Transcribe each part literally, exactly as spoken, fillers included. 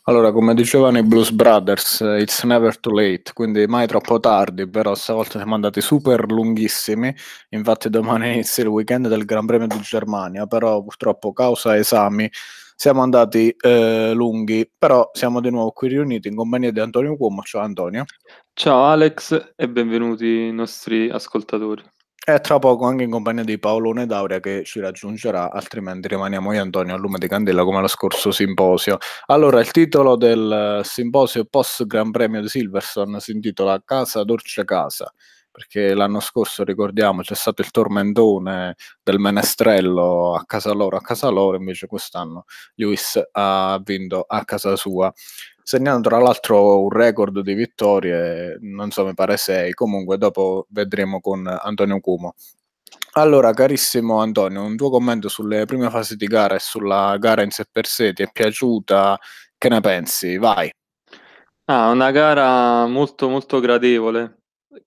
Allora, come dicevano i Blues Brothers, eh, it's never too late, quindi mai troppo tardi, però stavolta siamo andati super lunghissimi, infatti domani inizia il weekend del Gran Premio di Germania, però purtroppo causa esami siamo andati eh, lunghi, però siamo di nuovo qui riuniti in compagnia di Antonio Cuomo. Ciao Antonio. Ciao Alex e benvenuti i nostri ascoltatori. E tra poco anche in compagnia di Paolone Dauria che ci raggiungerà, altrimenti rimaniamo io e Antonio a lume di candela come lo scorso simposio. Allora, il titolo del eh, simposio post Gran Premio di Silverstone si intitola Casa Dolce Casa, perché l'anno scorso, ricordiamo, c'è stato il tormentone del menestrello a casa loro, a casa loro, invece quest'anno Lewis ha vinto a casa sua, segnando tra l'altro un record di vittorie, non so, mi pare sei. Comunque dopo vedremo con Antonio Cumo. Allora, carissimo Antonio, un tuo commento sulle prime fasi di gara e sulla gara in sé per sé, ti è piaciuta? Che ne pensi? Vai. Ah, una gara molto molto gradevole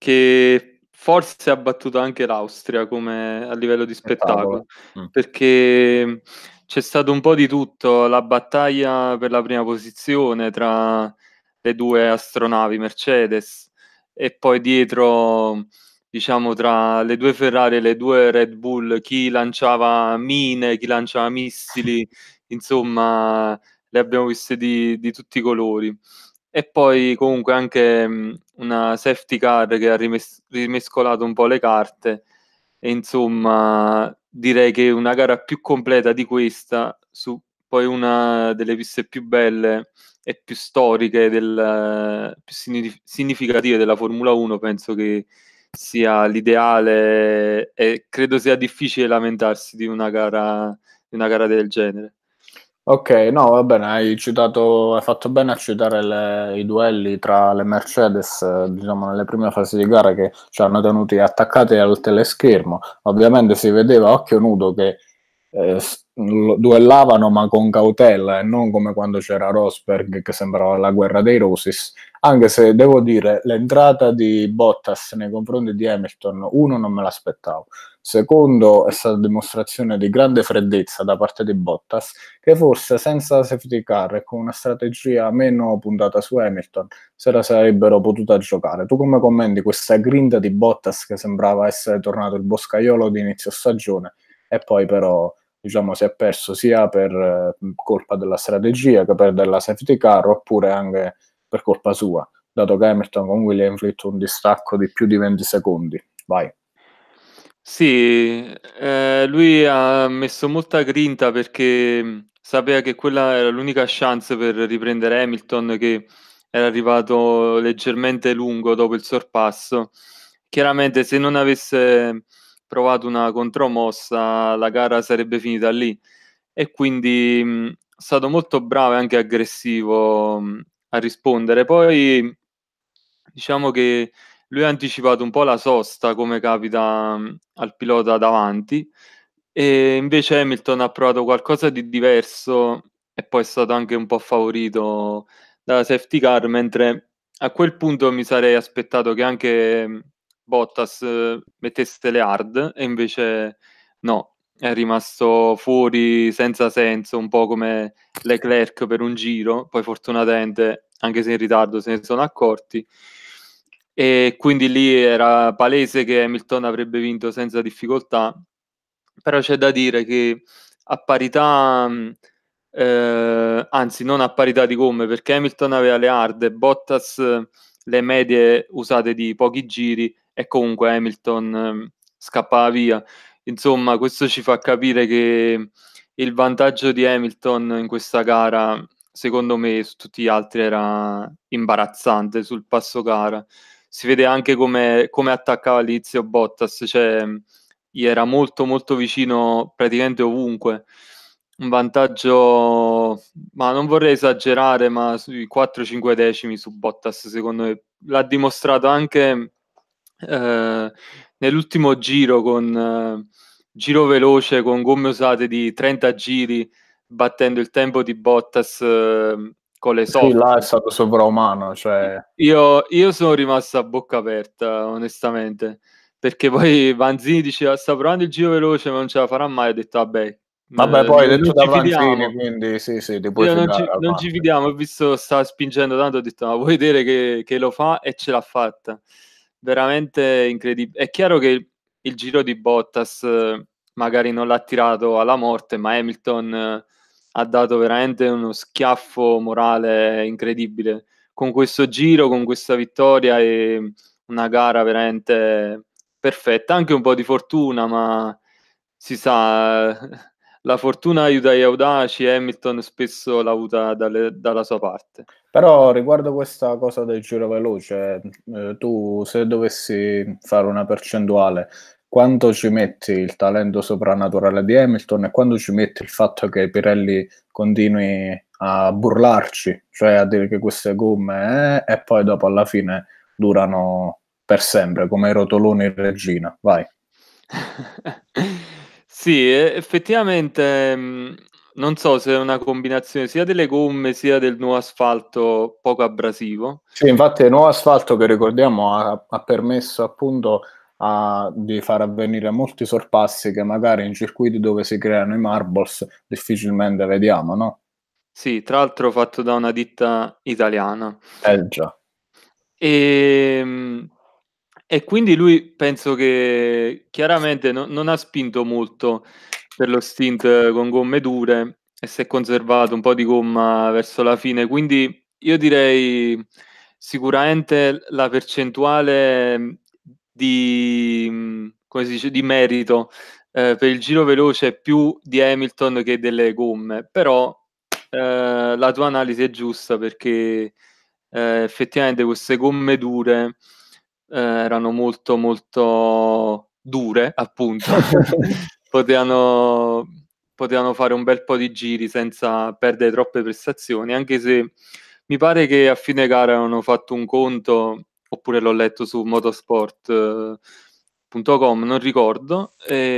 che forse ha battuto anche l'Austria come a livello di Spettacolo. spettacolo, Mm. perché c'è stato un po' di tutto, la battaglia per la prima posizione tra le due astronavi Mercedes e poi dietro, diciamo, tra le due Ferrari e le due Red Bull, chi lanciava mine, chi lanciava missili, insomma, le abbiamo viste di, di tutti i colori. E poi comunque anche mh, una safety car che ha rimes- rimescolato un po' le carte e insomma direi che una gara più completa di questa su poi una delle piste più belle e più storiche del, più signif- significative della Formula uno penso che sia l'ideale e credo sia difficile lamentarsi di una gara, di una gara del genere. Ok, no, va bene, hai citato, hai fatto bene a citare le- i duelli tra le Mercedes, eh, diciamo, nelle prime fasi di gara che ci hanno tenuti attaccati al teleschermo. Ovviamente si vedeva a occhio nudo che eh, s- lo- duellavano ma con cautela e non come quando c'era Rosberg che sembrava la guerra dei Rosis, anche se devo dire l'entrata di Bottas nei confronti di Hamilton, uno non me l'aspettavo, secondo è stata dimostrazione di grande freddezza da parte di Bottas che forse senza safety car e con una strategia meno puntata su Hamilton se la sarebbero potuta giocare. Tu come commenti questa grinta di Bottas che sembrava essere tornato il boscaiolo di inizio stagione e poi però diciamo si è perso sia per eh, colpa della strategia che per della safety car oppure anche per colpa sua, dato che Hamilton comunque gli ha inflitto un distacco di più di venti secondi. Vai. Sì, eh, lui ha messo molta grinta perché mh, sapeva che quella era l'unica chance per riprendere Hamilton che era arrivato leggermente lungo dopo il sorpasso. Chiaramente se non avesse provato una contromossa la gara sarebbe finita lì e quindi mh, è stato molto bravo e anche aggressivo mh, a rispondere. Poi diciamo che lui ha anticipato un po' la sosta, come capita mh, al pilota davanti, e invece Hamilton ha provato qualcosa di diverso e poi è stato anche un po' favorito dalla safety car, mentre a quel punto mi sarei aspettato che anche mh, Bottas eh, mettesse le hard e invece no, è rimasto fuori senza senso, un po' come Leclerc per un giro, poi fortunatamente, anche se in ritardo, se ne sono accorti. E quindi lì era palese che Hamilton avrebbe vinto senza difficoltà, però c'è da dire che a parità, mh, eh, anzi non a parità di gomme, perché Hamilton aveva le hard e Bottas eh, le medie usate di pochi giri e comunque Hamilton eh, scappava via. Insomma, questo ci fa capire che il vantaggio di Hamilton in questa gara, secondo me, su tutti gli altri era imbarazzante sul passo gara. Si vede anche come, come attaccava all'inizio Bottas, cioè gli era molto molto vicino praticamente ovunque. Un vantaggio, ma non vorrei esagerare, ma sui quattro cinque decimi su Bottas, secondo me. L'ha dimostrato anche eh, nell'ultimo giro con eh, giro veloce con gomme usate di trenta giri, battendo il tempo di Bottas eh, con le Sì, soft. là è stato sovraumano, cioè Io, io sono rimasto a bocca aperta, onestamente, perché poi Vanzini diceva sta provando il giro veloce, ma non ce la farà mai. Ho detto, vabbè, Vabbè, poi hai non detto non da ci Vanzini, fidiamo. quindi sì, sì, ti puoi Io non fidare ci al non ci massimo. fidiamo, ho visto stava spingendo tanto, ho detto: "Ma vuoi vedere che che lo fa?" E ce l'ha fatta. Veramente incredib è chiaro che il giro di Bottas magari non l'ha tirato alla morte, ma Hamilton ha dato veramente uno schiaffo morale incredibile. Con questo giro, con questa vittoria e una gara veramente perfetta. Anche un po' di fortuna, ma si sa, la fortuna aiuta gli audaci e Hamilton spesso l'ha avuta dalle dalla sua parte. Però riguardo questa cosa del giro veloce, ehm, tu se dovessi fare una percentuale, quanto ci metti il talento soprannaturale di Hamilton e quanto ci metti il fatto che Pirelli continui a burlarci, cioè a dire che queste gomme eh, e poi dopo alla fine durano per sempre, come i rotoloni Regina. Vai. Sì, e effettivamente, mhmm, non so se è una combinazione sia delle gomme, sia del nuovo asfalto poco abrasivo. Sì, infatti il nuovo asfalto che ricordiamo ha ha permesso appunto a di far avvenire molti sorpassi che magari in circuiti dove si creano i marbles difficilmente vediamo, no? Sì, tra l'altro fatto da una ditta italiana. Eh già. Ehm, e quindi lui penso che chiaramente no non ha spinto molto per lo stint con gomme dure e si è conservato un po' di gomma verso la fine, quindi io direi sicuramente la percentuale, mhmm, di mhmm, come si dice, di merito, ehm, per il giro veloce è più di Hamilton che delle gomme, però, ehm, la tua analisi è giusta perché, ehm, effettivamente queste gomme dure, ehm, erano molto, molto dure appunto, potevano potevano fare un bel po' di giri senza perdere troppe prestazioni, anche se mi pare che a fine gara avevano fatto un conto, oppure l'ho letto su motorsport punto com, non ricordo,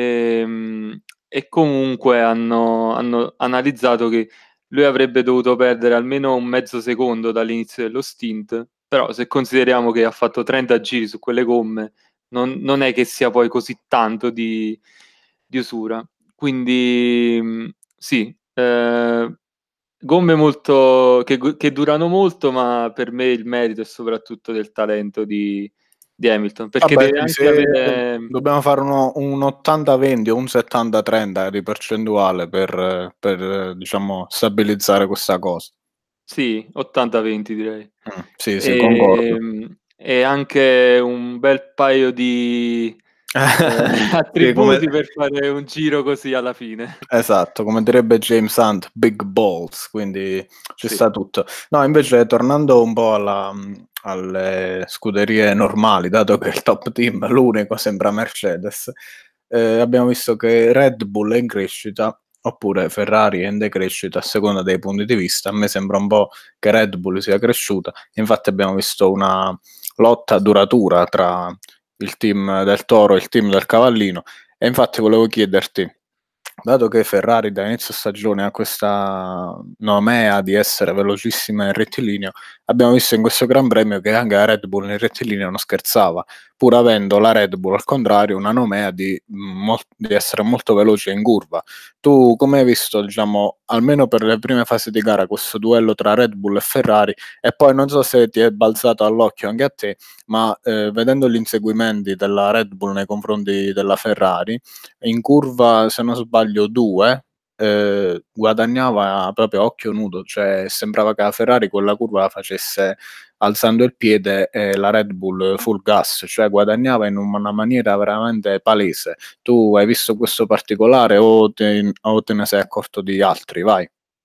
ehm, e comunque hanno hanno analizzato che lui avrebbe dovuto perdere almeno un mezzo secondo dall'inizio dello stint, però se consideriamo che ha fatto trenta giri su quelle gomme, non non è che sia poi così tanto di di usura. Quindi, mhmm, sì, ehm, gomme molto che gu che durano molto, ma per me il merito è soprattutto del talento di di Hamilton, perché Vabbè deve sì, anche se avere dobbiamo fare uno un ottanta venti o un settanta trenta di percentuale per per diciamo stabilizzare questa cosa. sì, ottanta venti direi. Mh, sì, sì, concordo. Ehm, e anche un bel paio di, ehm, Sì, come attributi per fare un giro così alla fine. esatto, come direbbe James Hunt, big balls, quindi ci Sì. sta tutto. No, invece tornando un po' alla mhmm, alle scuderie normali, dato che il top team, l'unico sembra Mercedes, ehm, abbiamo visto che Red Bull è in crescita, oppure Ferrari è in decrescita a seconda dei punti di vista. A me sembra un po' che Red Bull sia cresciuta, infatti abbiamo visto una lotta duratura tra il team del Toro e il team del Cavallino e infatti volevo chiederti, dato che Ferrari da inizio stagione ha questa nomea di essere velocissima in rettilineo, abbiamo visto in questo Gran Premio che anche la Red Bull in rettilineo non scherzava, pur avendo la Red Bull al contrario una nomea di, mol- di essere molto veloce in curva. Tu come hai visto, diciamo, almeno per le prime fasi di gara, questo duello tra Red Bull e Ferrari? E poi non so se ti è balzato all'occhio anche a te, ma eh, vedendo gli inseguimenti della Red Bull nei confronti della Ferrari, in curva, se non sbaglio, due, eh, guadagnava proprio a occhio nudo, cioè sembrava che la Ferrari quella curva la facesse alzando il piede e la Red Bull full gas, cioè guadagnava in una maniera veramente palese. Tu hai visto questo particolare o te, o te ne sei accorto di altri? Vai.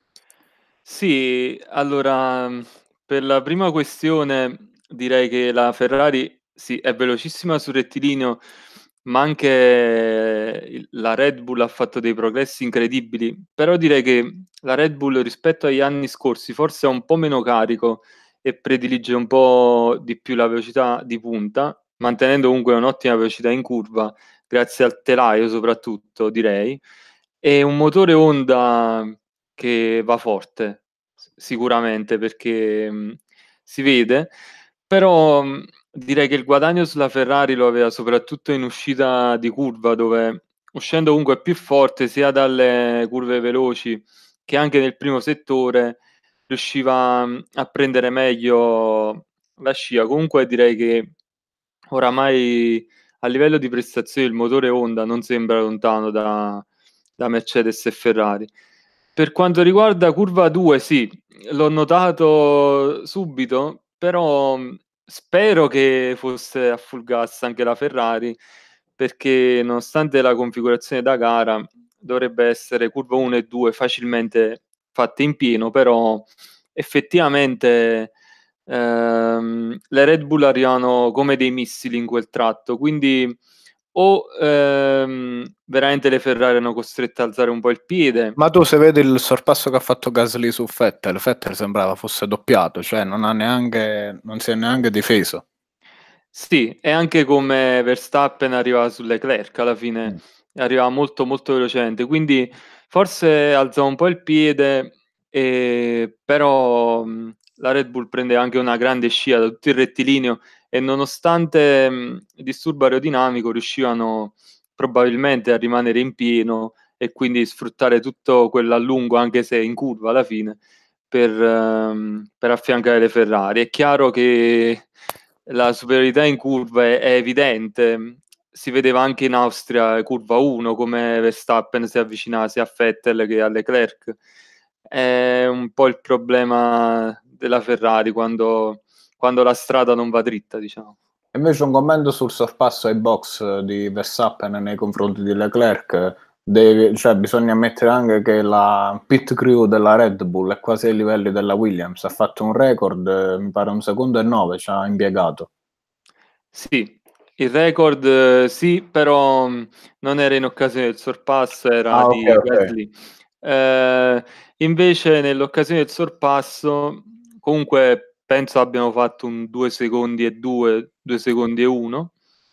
Sì, allora, mhmm, per la prima questione direi che la Ferrari sì, è velocissima sul rettilineo, ma anche il la Red Bull ha fatto dei progressi incredibili, però direi che la Red Bull rispetto agli anni scorsi forse ha un po' meno carico e predilige un po' di più la velocità di punta, mantenendo comunque un'ottima velocità in curva, grazie al telaio soprattutto direi, e un motore Honda che va forte, s sicuramente perché, mhmm, si vede, però, mhmm, direi che il guadagno sulla Ferrari lo aveva soprattutto in uscita di curva, dove uscendo comunque più forte sia dalle curve veloci che anche nel primo settore, riusciva mh, a prendere meglio la scia. Comunque direi che oramai a livello di prestazioni il motore Honda non sembra lontano da, da Mercedes e Ferrari. Per quanto riguarda curva due, sì, l'ho notato subito, però mh, spero che fosse a full gas anche la Ferrari, perché nonostante la configurazione da gara dovrebbe essere curva uno e due facilmente fatte in pieno, però effettivamente ehm, le Red Bull arrivano come dei missili in quel tratto, quindi o ehm, veramente le Ferrari hanno costretto a alzare un po' il piede. Ma tu se vedi il sorpasso che ha fatto Gasly su Vettel, Vettel sembrava fosse doppiato, cioè non ha neanche, non si è neanche difeso. Sì, e anche come Verstappen arriva su Leclerc, alla fine Mm. arriva molto molto velocemente, quindi forse alza un po' il piede, e, però mh, la Red Bull prende anche una grande scia da tutto il rettilineo e nonostante mh, il disturbo aerodinamico riuscivano probabilmente a rimanere in pieno e quindi sfruttare tutto quell'allungo, anche se in curva alla fine, per, ehm, per affiancare le Ferrari. È chiaro che la superiorità in curva è, è evidente, si vedeva anche in Austria, curva uno, come Verstappen si avvicinava sia a Vettel che a Leclerc. È un po' il problema della Ferrari quando, quando la strada non va dritta, diciamo. Invece un commento sul sorpasso ai box di Verstappen nei confronti di Leclerc, devi- cioè, bisogna ammettere anche che la pit crew della Red Bull è quasi ai livelli della Williams, ha fatto un record, eh, mi pare un secondo e nove, ci ha impiegato. Sì, il record eh, sì, però mh, non era in occasione del sorpasso, era Ah, ok, di ok. Gasly. Eh, invece nell'occasione del sorpasso, comunque penso abbiano fatto un due secondi e due, due secondi e uno,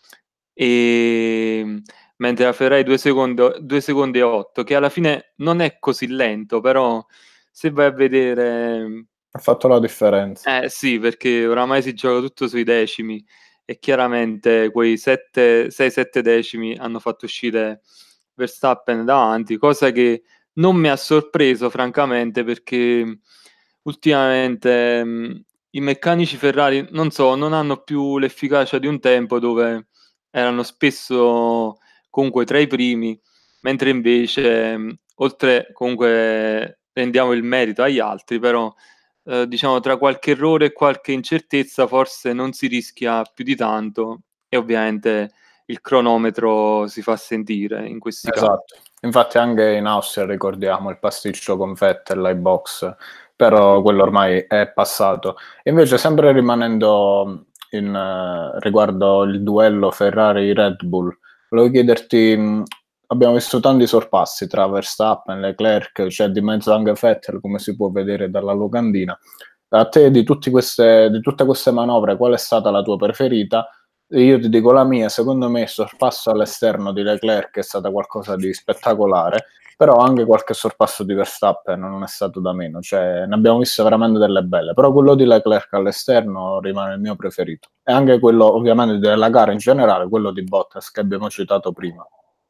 e, mentre la Ferrari due secondi, due secondi e otto, che alla fine non è così lento, però se vai a vedere Ha fatto la differenza. eh sì, perché oramai si gioca tutto sui decimi e chiaramente quei sei sette decimi hanno fatto uscire Verstappen davanti, cosa che non mi ha sorpreso francamente perché ultimamente mh, i meccanici Ferrari, non so, non hanno più l'efficacia di un tempo dove erano spesso comunque tra i primi, mentre invece mh, oltre comunque rendiamo il merito agli altri, però eh, diciamo tra qualche errore e qualche incertezza forse non si rischia più di tanto e ovviamente il cronometro si fa sentire in questi casi. Esatto. Infatti anche in Austria ricordiamo il pasticcio con Vettel ai box, però quello ormai è passato. Invece sempre rimanendo in, eh, riguardo il duello Ferrari-Red Bull, volevo chiederti, mh, abbiamo visto tanti sorpassi tra Verstappen, Leclerc, c'è cioè di mezzo anche Vettel, come si può vedere dalla locandina. A te di, tutti queste, di tutte queste manovre, qual è stata la tua preferita? Io ti dico la mia, secondo me il sorpasso all'esterno di Leclerc è stata qualcosa di spettacolare, però anche qualche sorpasso di Verstappen non è stato da meno, cioè ne abbiamo viste veramente delle belle, però quello di Leclerc all'esterno rimane il mio preferito. E anche quello ovviamente della gara in generale, quello di Bottas che abbiamo citato prima.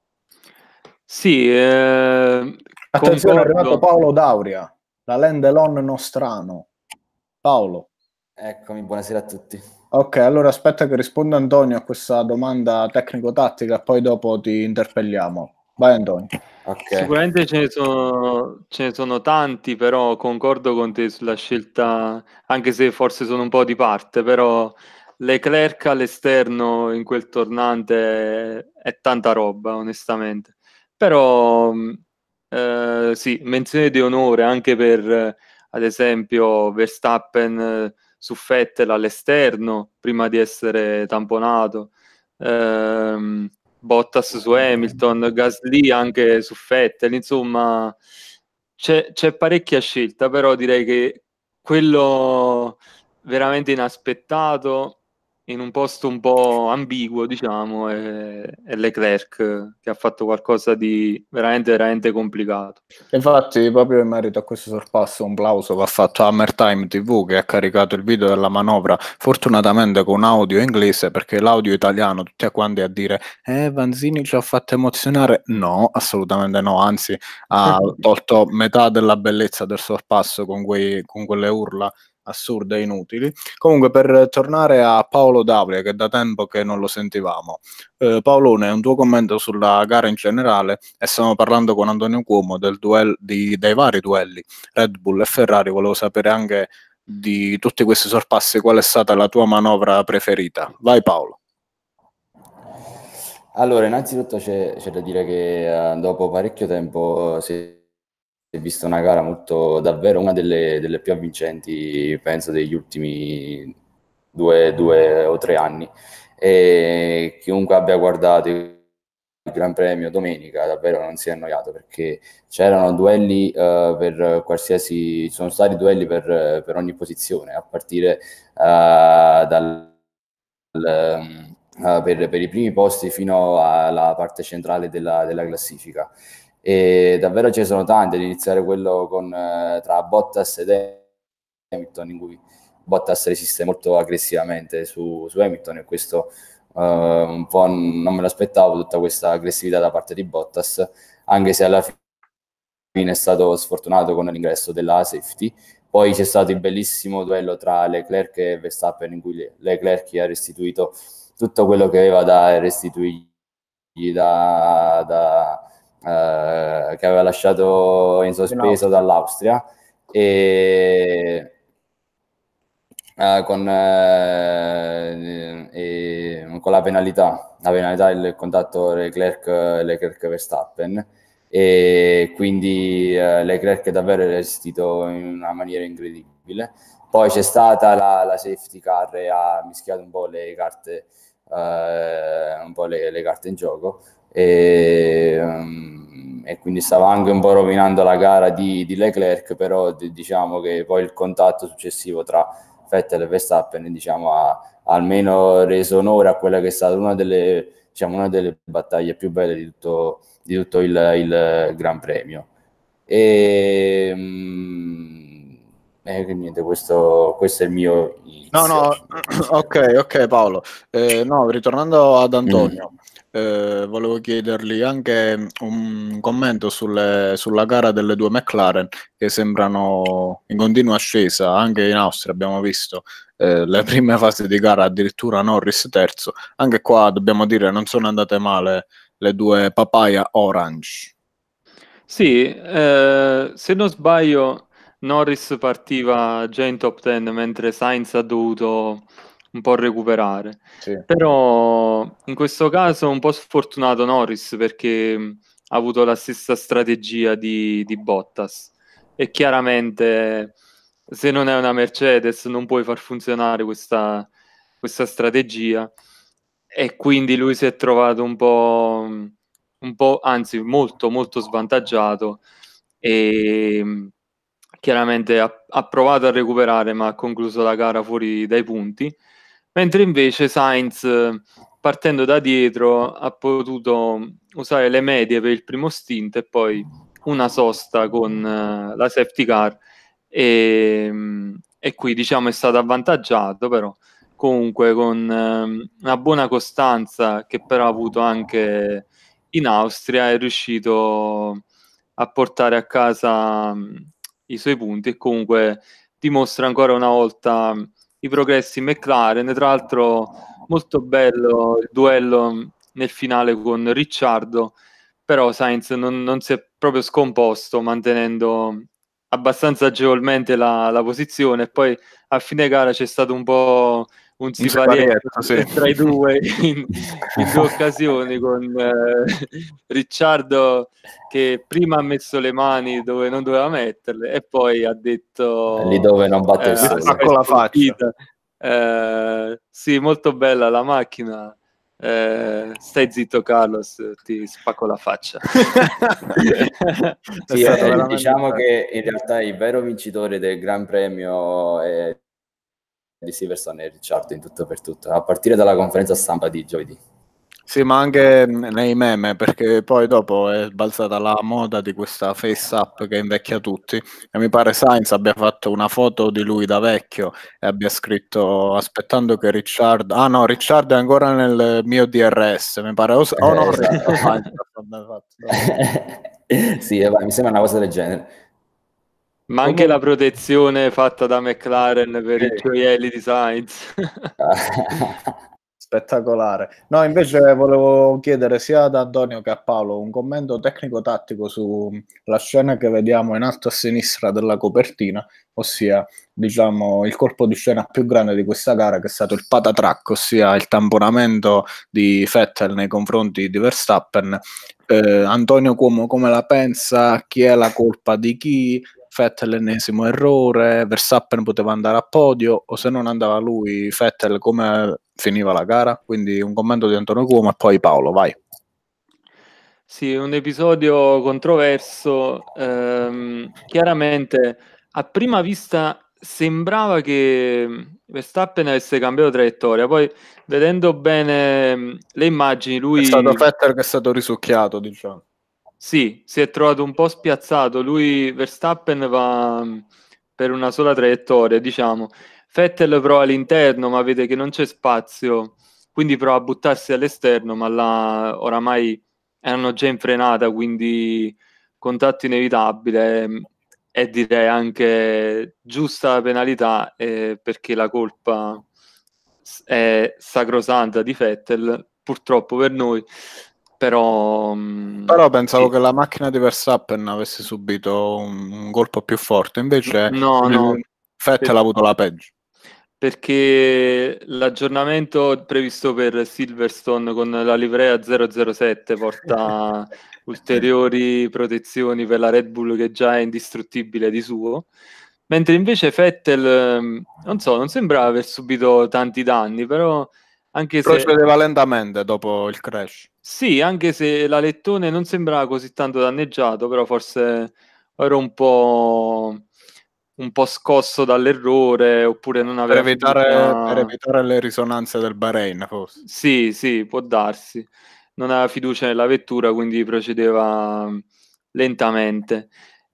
Sì, eh, Attenzione, è arrivato concordo. Paolo Dauria, la Lendelon Nostrano. Paolo. Eccomi, buonasera a tutti. Ok, allora aspetta che risponda Antonio a questa domanda tecnico-tattica e poi dopo ti interpelliamo. Vai Antonio. Ok. Sicuramente ce ne sono, ce ne sono tanti, però concordo con te sulla scelta, anche se forse sono un po' di parte, però Leclerc all'esterno in quel tornante è, è tanta roba, onestamente. Però mh, eh, sì, menzione di onore anche per, eh, ad esempio, Verstappen eh, su Vettel all'esterno, prima di essere tamponato. Ehm, Bottas su Hamilton, Gasly anche su Vettel, insomma c'è, c'è parecchia scelta, però direi che quello veramente inaspettato in un posto un po' ambiguo, diciamo, e, e Leclerc che ha fatto qualcosa di veramente, veramente complicato. Infatti, proprio in merito a questo sorpasso, un plauso va fatto a Hammer Time T V che ha caricato il video della manovra, fortunatamente con audio inglese, perché l'audio italiano, tutti quanti a dire eh, Vanzini ci ha fatto emozionare. No, assolutamente no, anzi ha tolto metà della bellezza del sorpasso con, quei, con quelle urla assurde e inutili. Comunque, per tornare a Paolo Davide, che da tempo che non lo sentivamo, eh, Paolone, un tuo commento sulla gara in generale, e stiamo parlando con Antonio Cuomo del duel, di, dei vari duelli Red Bull e Ferrari. Volevo sapere anche di tutti questi sorpassi qual è stata la tua manovra preferita. Vai Paolo. Allora, innanzitutto c'è, c'è da dire che uh, dopo parecchio tempo uh, si è vista una gara molto, davvero una delle, delle più avvincenti, penso, degli ultimi due, due o tre anni. E chiunque abbia guardato il Gran Premio domenica davvero non si è annoiato, perché c'erano duelli uh, per qualsiasi, sono stati duelli per, per ogni posizione, a partire uh, dal... Um, Uh, per, per i primi posti fino alla parte centrale della, della classifica, e davvero ce ne sono tante, ad iniziare quello con, uh, tra Bottas ed Hamilton, in cui Bottas resiste molto aggressivamente su, su Hamilton, e questo uh, un po' non me l'aspettavo, tutta questa aggressività da parte di Bottas, anche se alla fine è stato sfortunato con l'ingresso della safety. Poi c'è stato il bellissimo duello tra Leclerc e Verstappen, in cui Leclerc ha restituito tutto quello che aveva da restituirgli da, da, eh, che aveva lasciato in sospeso dall'Austria, e eh, con, eh, e, con la penalità la penalità il contatto Leclerc, Leclerc Verstappen, e quindi eh, Leclerc davvero è resistito in una maniera incredibile. Poi c'è stata la, la safety car e ha mischiato un po' le carte eh, un po' le, le carte in gioco, e, um, e quindi stava anche un po' rovinando la gara di, di Leclerc, però d- diciamo che poi il contatto successivo tra Vettel e Verstappen, diciamo, ha, ha almeno reso onore a quella che è stata una delle, diciamo, una delle battaglie più belle di tutto, di tutto il, il Gran Premio. E, um, e niente, questo, questo è il mio inizio. No, no, ok, ok Paolo. Eh, no, ritornando ad Antonio, mm. eh, volevo chiedergli anche un commento sulle, sulla gara delle due McLaren, che sembrano in continua ascesa. Anche in Austria abbiamo visto eh, le prime fasi di gara, addirittura Norris terzo. Anche qua dobbiamo dire non sono andate male le due papaya orange. Sì, eh, se non sbaglio Norris partiva già in top dieci, mentre Sainz ha dovuto un po' recuperare. Sì. Però in questo caso un po' sfortunato Norris, perché mh, ha avuto la stessa strategia di, di Bottas, e chiaramente se non è una Mercedes non puoi far funzionare questa, questa strategia, e quindi lui si è trovato un po', un po', anzi molto molto svantaggiato, e chiaramente ha, ha provato a recuperare, ma ha concluso la gara fuori dai punti, mentre invece Sainz, partendo da dietro, ha potuto usare le medie per il primo stint e poi una sosta con uh, la safety car, e, e qui diciamo è stato avvantaggiato, però comunque con um, una buona costanza, che però ha avuto anche in Austria, è riuscito a portare a casa um, i suoi punti, e comunque dimostra ancora una volta i progressi in McLaren. Tra l'altro molto bello il duello nel finale con Ricciardo, però Sainz non, non si è proprio scomposto, mantenendo abbastanza agevolmente la, la posizione, e poi a fine gara c'è stato un po' un siparietto sì. tra i due in, in due occasioni, con eh, Ricciardo che prima ha messo le mani dove non doveva metterle, e poi ha detto lì dove non batte il eh, sole, con la faccia. Eh, sì, molto bella la macchina. Eh, stai zitto Carlos, ti spacco la faccia. Sì, eh, diciamo bello. Che in realtà il vero vincitore del Gran Premio è di Silverstone e Ricciardo in tutto per tutto, a partire dalla conferenza stampa di giovedì. Sì, ma anche nei meme, perché poi dopo è balzata la moda di questa face up che invecchia tutti, e mi pare Sainz abbia fatto una foto di lui da vecchio e abbia scritto aspettando che Ricciardo, ah no, Ricciardo è ancora nel mio D R S, mi pare, o, o no, Eh, esatto. Sainz, fatto. Sì, eh, mi sembra una cosa del genere. Ma anche la protezione fatta da McLaren per i gioielli di Sainz. Spettacolare. No, invece volevo chiedere sia ad Antonio che a Paolo un commento tecnico-tattico sulla scena che vediamo in alto a sinistra della copertina, ossia, diciamo, il colpo di scena più grande di questa gara, che è stato il patatrack, ossia il tamponamento di Vettel nei confronti di Verstappen. Eh, Antonio Cuomo come la pensa? Chi è la colpa di chi? Vettel l'ennesimo errore, Verstappen poteva andare a podio, o se non andava lui, Vettel come finiva la gara? Quindi un commento di Antonio Cuomo e poi Paolo, vai. Sì, un episodio controverso. Ehm, chiaramente a prima vista sembrava che Verstappen avesse cambiato traiettoria, poi vedendo bene le immagini lui... È stato Vettel che è stato risucchiato, diciamo. Sì, si è trovato un po' spiazzato. Lui, Verstappen, va per una sola traiettoria, diciamo. Vettel prova all'interno, ma vede che non c'è spazio, quindi prova a buttarsi all'esterno, ma là oramai erano già in frenata, quindi contatto inevitabile. E direi anche giusta penalità, eh, perché la colpa è sacrosanta di Vettel, purtroppo per noi. Però, Però pensavo sì. che la macchina di Verstappen avesse subito un, un colpo più forte, invece no, no, Vettel per, ha avuto la peggio. Perché l'aggiornamento previsto per Silverstone con la livrea zero zero sette porta ulteriori protezioni per la Red Bull, che già è indistruttibile di suo, mentre invece Vettel, non so, non sembrava aver subito tanti danni, però anche se... Procedeva lentamente dopo il crash. Sì, anche se l'alettone non sembrava così tanto danneggiato, però forse ero un po', un po' scosso dall'errore, oppure non Per aveva evitare, per fiducia. evitare le risonanze del Bahrain, forse. Sì, sì, può darsi. Non aveva fiducia nella vettura, quindi procedeva lentamente.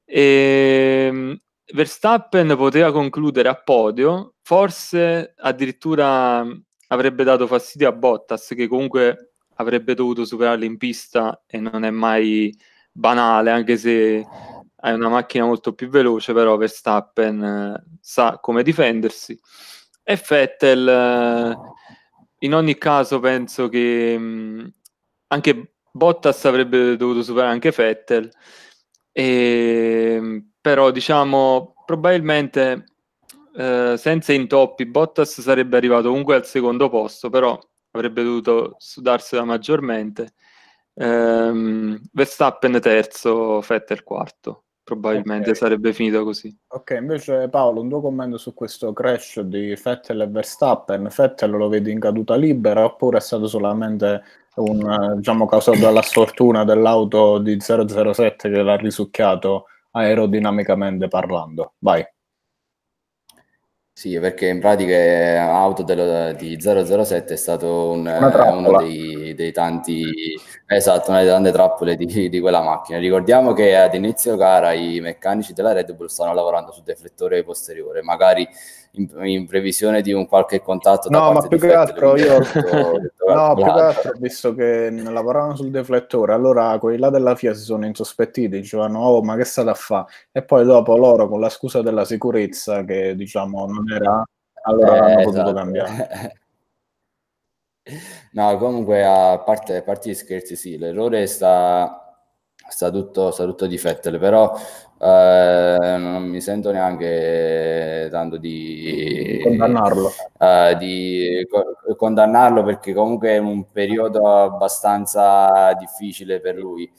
E Verstappen poteva concludere a podio, forse addirittura avrebbe dato fastidio a Bottas, che comunque avrebbe dovuto superarlo in pista, e non è mai banale, anche se hai una macchina molto più veloce, però Verstappen eh, sa come difendersi. E Vettel, eh, in ogni caso, penso che mh, anche Bottas avrebbe dovuto superare anche Vettel, e, però diciamo probabilmente eh, senza intoppi Bottas sarebbe arrivato comunque al secondo posto, però avrebbe dovuto sudarsela maggiormente. Ehm, Verstappen terzo, Vettel quarto, probabilmente Okay. sarebbe finito così. Ok, invece Paolo, un tuo commento su questo crash di Vettel e Verstappen. Vettel lo vedi in caduta libera oppure è stato solamente un, diciamo, causato dalla sfortuna dell'auto di zero zero sette che l'ha risucchiato aerodinamicamente parlando? Vai. Sì, perché in pratica auto dello, di zero zero sette è stato un, Una eh, uno trappola. dei, dei tanti, esatto, una delle tante trappole di, di quella macchina. Ricordiamo che ad inizio gara i meccanici della Red Bull stanno lavorando sul deflettore posteriore, magari in, in previsione di un qualche contatto da No, ma parte più di che Vettel, altro quindi io... era tutto, tutto No, più che calcolato. altro ho visto che lavoravano sul deflettore, allora quelli là della F I A si sono insospettiti, dicevano oh ma che state a fare? E poi dopo loro con la scusa della sicurezza che diciamo non era, allora l'hanno Eh, potuto esatto. cambiare. No, comunque a parte, a parte gli scherzi, sì, l'errore sta, sta tutto, sta tutto di Vettel, però eh, non mi sento neanche tanto di, Condannarlo. eh, di co- condannarlo, perché comunque è un periodo abbastanza difficile per lui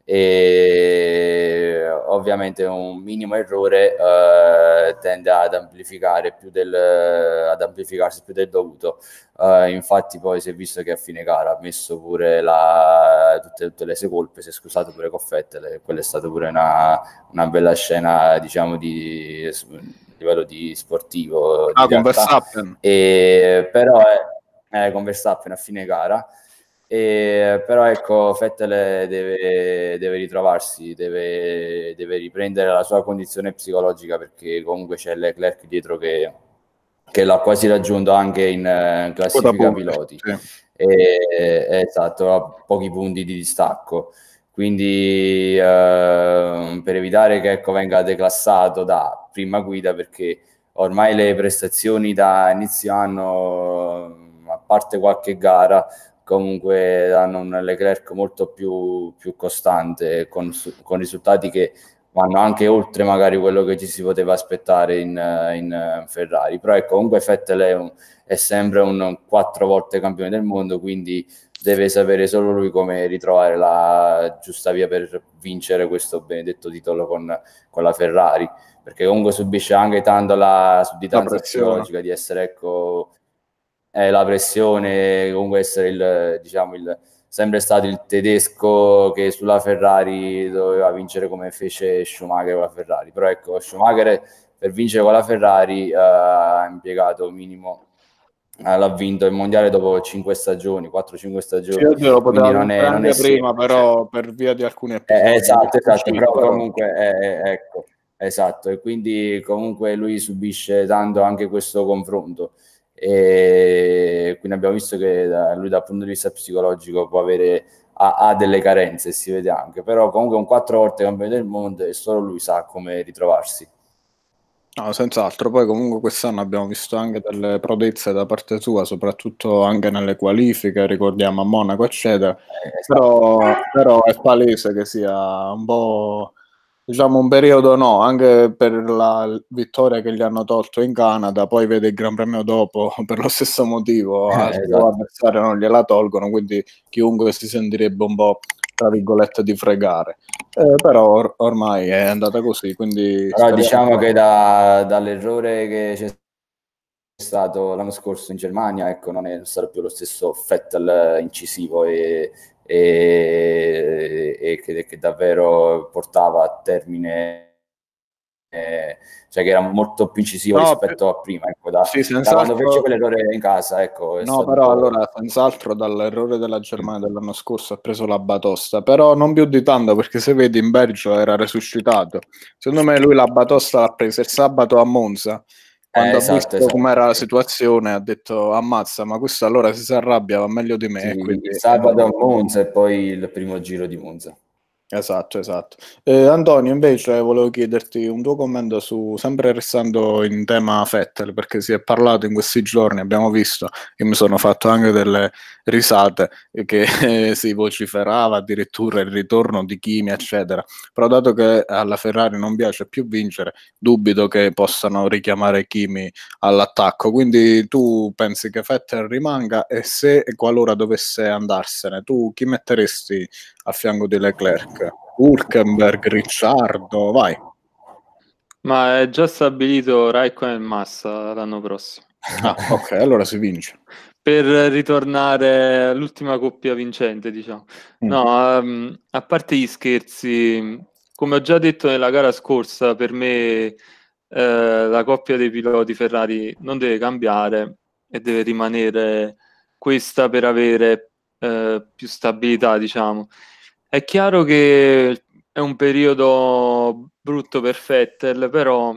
e ovviamente un minimo errore eh, tende ad amplificare più del, ad amplificarsi più del dovuto. Uh, infatti poi si è visto che a fine gara ha messo pure la, tutte, tutte le sue colpe, si è scusato pure con Vettel, e quella è stata pure una, una bella scena, diciamo, di, livello di sportivo ah, di con realtà. Verstappen. E, però è, è con Verstappen a fine gara. E, però ecco, Vettel deve, deve ritrovarsi, deve, deve riprendere la sua condizione psicologica, perché comunque c'è Leclerc dietro che, che l'ha quasi raggiunto anche in, in classifica piloti. Sì. E, esatto, a pochi punti di distacco. Quindi eh, per evitare che ecco, venga declassato da prima guida, perché ormai le prestazioni da inizio anno, a parte qualche gara, comunque hanno un Leclerc molto più, più costante, con, con risultati che vanno anche oltre magari quello che ci si poteva aspettare in, in Ferrari. Però ecco, comunque Vettel è, un, è sempre un quattro volte campione del mondo, quindi deve sapere solo lui come ritrovare la giusta via per vincere questo benedetto titolo con, con la Ferrari, perché comunque subisce anche tanto la sudditanza La psicologica di essere, ecco, eh, la pressione, comunque essere il, diciamo, il, sempre stato il tedesco che sulla Ferrari doveva vincere come fece Schumacher con la Ferrari. Però ecco, Schumacher per vincere con la Ferrari eh, ha impiegato minimo, eh, l'ha vinto il mondiale dopo cinque stagioni, quattro cinque stagioni, sì, lo quindi non è, non è prima, semplice. però per via di alcuni episodi. Eh, esatto, esatto, però però... comunque eh, ecco, esatto, e quindi comunque lui subisce tanto anche questo confronto, e quindi abbiamo visto che da, lui dal punto di vista psicologico può avere ha, ha delle carenze, si vede anche, però comunque un quattro volte campione del mondo e solo lui sa come ritrovarsi. No, senz'altro. Poi comunque quest'anno abbiamo visto anche delle prodezze da parte sua, soprattutto anche nelle qualifiche, ricordiamo a Monaco, eccetera. Eh, esatto. Però, però è palese che sia un po', diciamo, un periodo no, anche per la vittoria che gli hanno tolto in Canada, poi vede il Gran Premio dopo, per lo stesso motivo, al Eh, suo esatto. avversario non gliela tolgono, quindi chiunque si sentirebbe un po', tra virgolette, di fregare. Eh, però or- ormai è andata così, quindi Però speriamo diciamo che da, dall'errore che c'è stato l'anno scorso in Germania, ecco, non è stato più lo stesso Vettel incisivo e, e, e che, che davvero portava a termine, eh, cioè che era molto più incisivo no, rispetto a prima, ecco, da, sì, da quando fece senz'altro. quell'errore in casa, ecco, è No, stato un però po'... allora senz'altro dall'errore della Germania dell'anno scorso ha preso la batosta, però non più di tanto, perché se vedi in Belgio era resuscitato. Secondo me lui la batosta l'ha presa il sabato a Monza, quando Eh, ha esatto, visto esatto, com'era la sì. situazione, ha detto ammazza, ma questo allora si si arrabbia, va meglio di me. Sì, E quindi... il sabato a Monza e poi il primo giro di Monza. Esatto, esatto. Eh, Antonio, invece volevo chiederti un tuo commento su, sempre restando in tema Vettel, perché si è parlato in questi giorni, abbiamo visto, io mi sono fatto anche delle risate, che eh, si vociferava addirittura il ritorno di Kimi, eccetera. Però dato che alla Ferrari non piace più vincere, dubito che possano richiamare Kimi all'attacco. Quindi tu pensi che Vettel rimanga, e se e qualora dovesse andarsene, tu chi metteresti a fianco di Leclerc? Hülkenberg, Ricciardo, vai. Ma è già stabilito Raikkonen e Massa l'anno prossimo. Ah, ok, allora si vince. Per ritornare all'ultima coppia vincente, diciamo. No, um, a parte gli scherzi, come ho già detto nella gara scorsa, per me eh, la coppia dei piloti Ferrari non deve cambiare e deve rimanere questa per avere eh, più stabilità, diciamo. È chiaro che è un periodo brutto per Vettel, però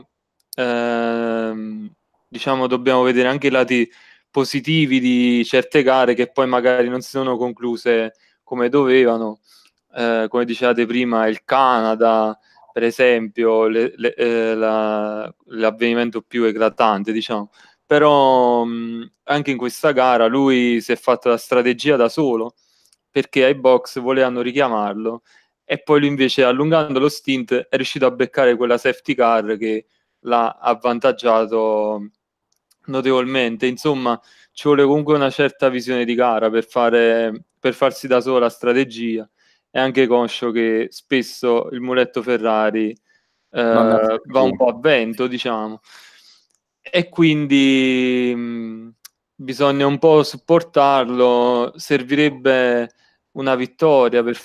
ehm, diciamo dobbiamo vedere anche i lati positivi di certe gare che poi magari non si sono concluse come dovevano. Eh, come dicevate prima, il Canada, per esempio, le, le, eh, la, l'avvenimento più eclatante, diciamo. Però mh, anche in questa gara lui si è fatto la strategia da solo, perché ai box volevano richiamarlo, e poi lui invece, allungando lo stint, è riuscito a beccare quella safety car che l'ha avvantaggiato notevolmente. Insomma, ci vuole comunque una certa visione di gara per fare, per farsi da sola la strategia, e anche conscio che spesso il muletto Ferrari eh, va un po' a vento, diciamo, e quindi mh, bisogna un po' supportarlo. Servirebbe una vittoria per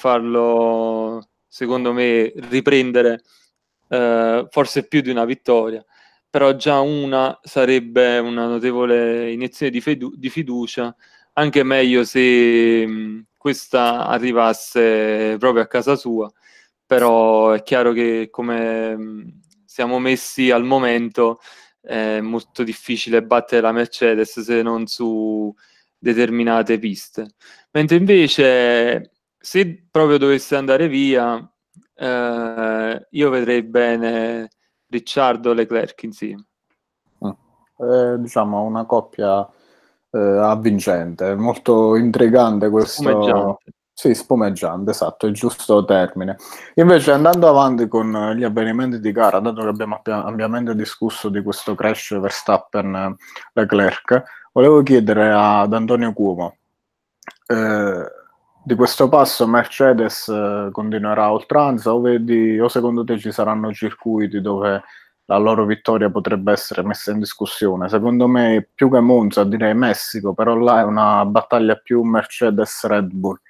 farlo, secondo me, riprendere, eh, forse più di una vittoria, però già una sarebbe una notevole iniezione di, fedu- di fiducia, anche meglio se mh, questa arrivasse proprio a casa sua, però è chiaro che come mh, siamo messi al momento è molto difficile battere la Mercedes se non su determinate piste. Mentre invece se proprio dovesse andare via, eh, io vedrei bene Ricciardo Leclerc insieme. Mm. Eh, diciamo una coppia eh, avvincente, molto intrigante questo. Spumeggiante. Sì, spumeggiante, esatto, il giusto termine. Invece andando avanti con gli avvenimenti di gara, dato che abbiamo appia- ampiamente discusso di questo crash Verstappen-Leclerc, volevo chiedere ad Antonio Cuomo, eh, di questo passo Mercedes eh, continuerà a oltranza o, vedi, o secondo te ci saranno circuiti dove la loro vittoria potrebbe essere messa in discussione? Secondo me più che Monza direi Messico, però là è una battaglia più Mercedes-Red Bull.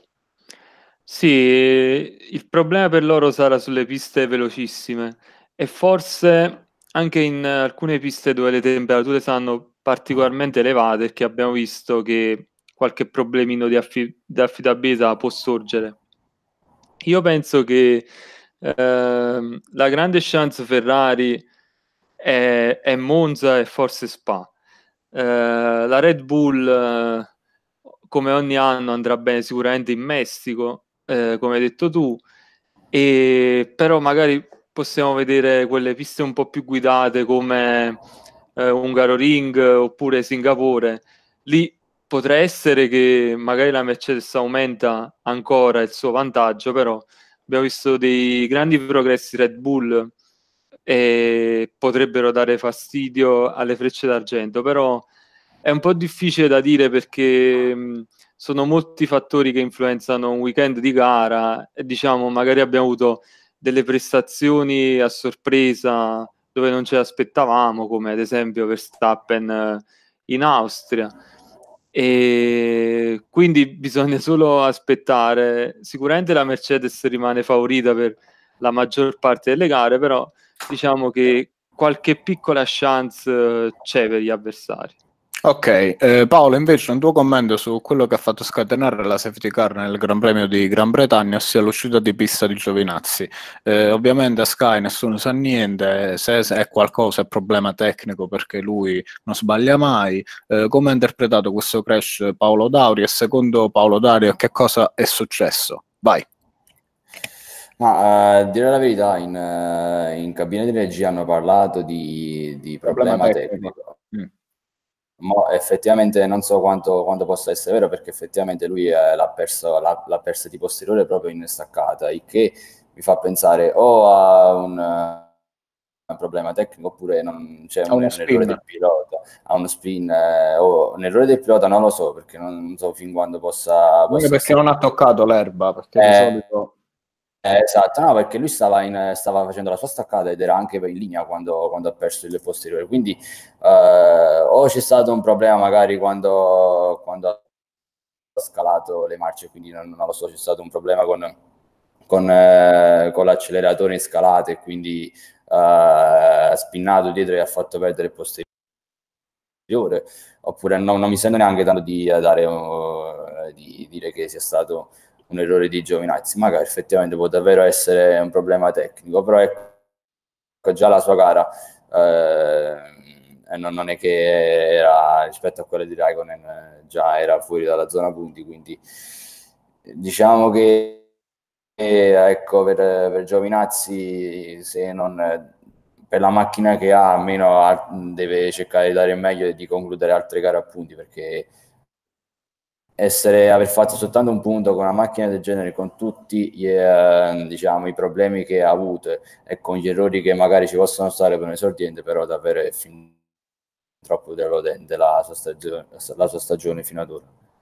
Sì, il problema per loro sarà sulle piste velocissime e forse anche in alcune piste dove le temperature saranno particolarmente elevate, perché abbiamo visto che qualche problemino di, affi- di affidabilità può sorgere. Io penso che ehm, la grande chance Ferrari è, è Monza e forse Spa. Eh, la Red Bull, eh, come ogni anno, andrà bene sicuramente in Messico, eh, come hai detto tu, e però magari possiamo vedere quelle piste un po' più guidate come eh, Hungaroring oppure Singapore. Lì potrà essere che magari la Mercedes aumenta ancora il suo vantaggio, però abbiamo visto dei grandi progressi Red Bull e potrebbero dare fastidio alle Frecce d'Argento, però è un po' difficile da dire perché mh, sono molti fattori che influenzano un weekend di gara e diciamo magari abbiamo avuto delle prestazioni a sorpresa dove non ce l'aspettavamo, come ad esempio Verstappen eh, in Austria. E quindi bisogna solo aspettare. Sicuramente la Mercedes rimane favorita per la maggior parte delle gare, però diciamo che qualche piccola chance eh, c'è per gli avversari. Ok, eh, Paolo, invece un tuo commento su quello che ha fatto scatenare la safety car nel Gran Premio di Gran Bretagna, ossia l'uscita di pista di Giovinazzi. Eh, ovviamente a Sky nessuno sa niente, se, se è qualcosa è problema tecnico perché lui non sbaglia mai. Eh, come ha interpretato questo crash Paolo Dauri e secondo Paolo Dario che cosa è successo? Vai. Ma a dire la verità, in, eh, in cabina di regia hanno parlato di, di Problema problema tecnico. tecnico. Mm. Ma effettivamente non so quanto, quanto possa essere vero, perché effettivamente lui eh, l'ha perso, l'ha, l'ha persa di posteriore proprio in staccata, il che mi fa pensare o a un, eh, un problema tecnico oppure non, c'è Ha un, uno un errore spin. del pilota, a uno spin eh, o un errore del pilota, non lo so, perché non, non so fin quando possa, Anche possa perché essere. non ha toccato l'erba, perché di Eh, solito. eh, esatto, no, perché lui stava, in, stava facendo la sua staccata ed era anche in linea quando, quando ha perso il posteriore. Quindi eh, o c'è stato un problema magari quando, quando ha scalato le marce, quindi non, non lo so, c'è stato un problema con, con, eh, con l'acceleratore in scalata e quindi eh, ha spinnato dietro e ha fatto perdere il posteriore. Oppure no, non mi sembra neanche tanto di, dare, uh, di dire che sia stato un errore di Giovinazzi, magari effettivamente può davvero essere un problema tecnico, però ecco, già la sua gara eh, non, non è che era rispetto a quella di Raikkonen, eh, già era fuori dalla zona punti, quindi diciamo che eh, ecco, per, per Giovinazzi, se non per la macchina che ha, almeno deve cercare di dare il meglio e di concludere altre gare a punti, perché essere, aver fatto soltanto un punto con una macchina del genere, con tutti gli, eh, diciamo, i problemi che ha avuto e con gli errori che magari ci possono stare per un esordiente, però davvero è fin troppo deludente la sua stagione, la sua stagione fino ad ora.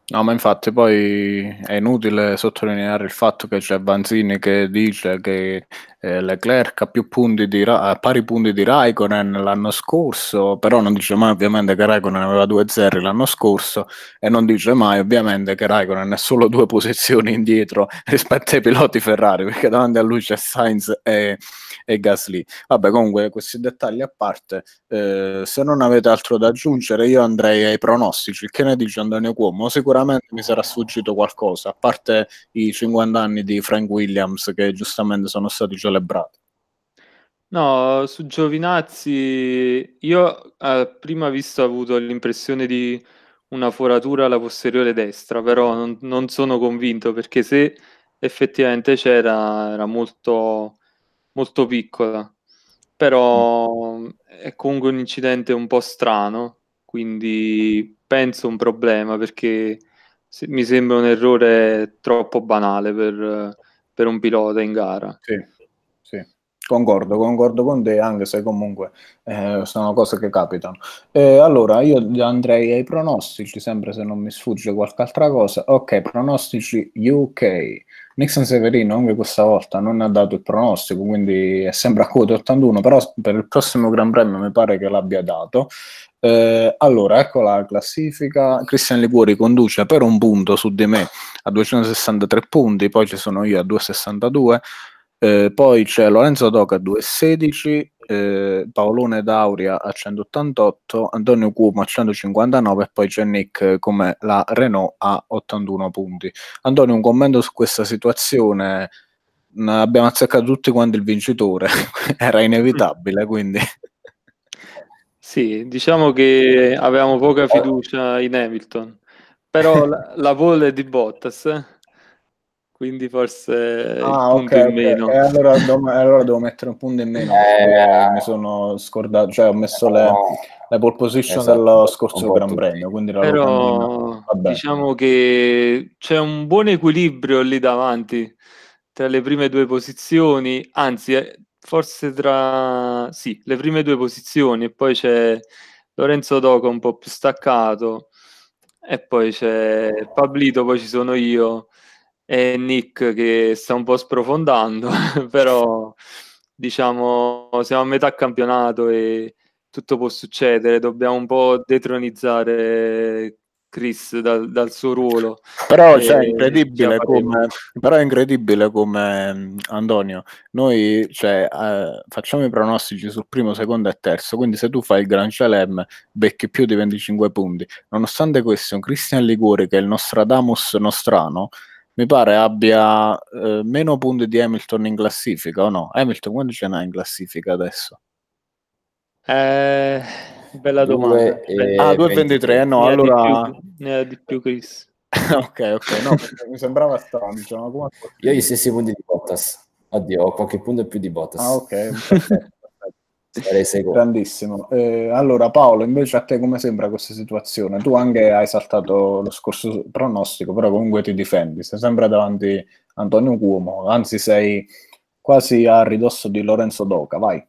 No, ma infatti poi è inutile sottolineare il fatto che c'è Vanzini che dice che eh, Leclerc ha più punti di Ra- ha pari punti di Raikkonen l'anno scorso, però non dice mai ovviamente che Raikkonen aveva due zero l'anno scorso e non dice mai ovviamente che Raikkonen è solo due posizioni indietro rispetto ai piloti Ferrari, perché davanti a lui c'è Sainz e, e Gasly. Vabbè, comunque questi dettagli a parte, eh, se non avete altro da aggiungere io andrei ai pronostici. Che ne dice Antonio Cuomo? Sicuramente mi sarà sfuggito qualcosa, a parte i cinquanta anni di Frank Williams che giustamente sono stati celebrati. No, su Giovinazzi io eh, prima visto ho avuto l'impressione di una foratura alla posteriore destra, però non, non sono convinto perché se effettivamente c'era era molto, molto piccola, però è comunque un incidente un po' strano, quindi penso un problema perché se- mi sembra un errore troppo banale per, per un pilota in gara. Sì, sì, concordo, concordo con te, anche se comunque eh, sono cose che capitano. Eh, allora, io andrei ai pronostici, sempre se non mi sfugge qualche altra cosa. Ok, pronostici U K. Nixon Severino anche questa volta non ha dato il pronostico, quindi è sempre a quota ottantuno, però per il prossimo Gran Premio mi pare che l'abbia dato. Eh, allora, ecco la classifica. Christian Liguori conduce per un punto su di me a duecentosessantatré punti, poi ci sono io a duecentosessantadue, eh, poi c'è Lorenzo Doca a duecentosedici, eh, Paolone Dauria a centottantotto, Antonio Cuomo a centocinquantanove e poi c'è Nick come la Renault a ottantuno punti. Antonio, un commento su questa situazione? Abbiamo azzeccato tutti quanti il vincitore, era inevitabile, quindi... Sì, diciamo che avevamo poca fiducia in Hamilton, però la, la pole è di Bottas, eh? Quindi forse il Ah, ok, punto in ok. meno. E allora, devo, allora devo mettere un punto in meno perché mi Eh, sono scordato, cioè ho messo le, no, le pole position esatto, dello un scorso po' Gran tutti. Premio, quindi la locandina Però va bene. diciamo che c'è un buon equilibrio lì davanti tra le prime due posizioni, anzi, eh, forse tra sì, le prime due posizioni, e poi c'è Lorenzo Doca un po' più staccato, e poi c'è Pablito, poi ci sono io e Nick che sta un po' sprofondando, però diciamo siamo a metà campionato e tutto può succedere, dobbiamo un po' detronizzare Chris dal, dal suo ruolo Però, cioè, è e ce la incredibile faremo. come, però è incredibile come mh, Antonio, noi cioè, eh, facciamo i pronostici sul primo, secondo e terzo, quindi se tu fai il Gran Chelem becchi più di venticinque punti. Nonostante questo, un Christian Liguori, che è il Nostradamus nostrano, mi pare abbia eh, meno punti di Hamilton in classifica, o no? Hamilton quanto ce n'ha in classifica adesso? Eh, bella domanda. Ah, Aspetta. due e due virgola ventitré, eh, ventitré. no, Ne ha di più, allora... ne ha di più Chris. Ok, ok, no, perché mi sembrava strano, diciamo, come è Io ho gli possibile? stessi punti di Bottas. Oddio, ho qualche punto in più di Ah, Bottas. ok, perfetto, perfetto. Sarei secondo. Grandissimo. Eh, allora, Paolo, invece a te come sembra questa situazione? Tu anche hai saltato lo scorso pronostico, però comunque ti difendi, sei sempre davanti a Antonio Cuomo, anzi sei quasi a ridosso di Lorenzo Doca, vai.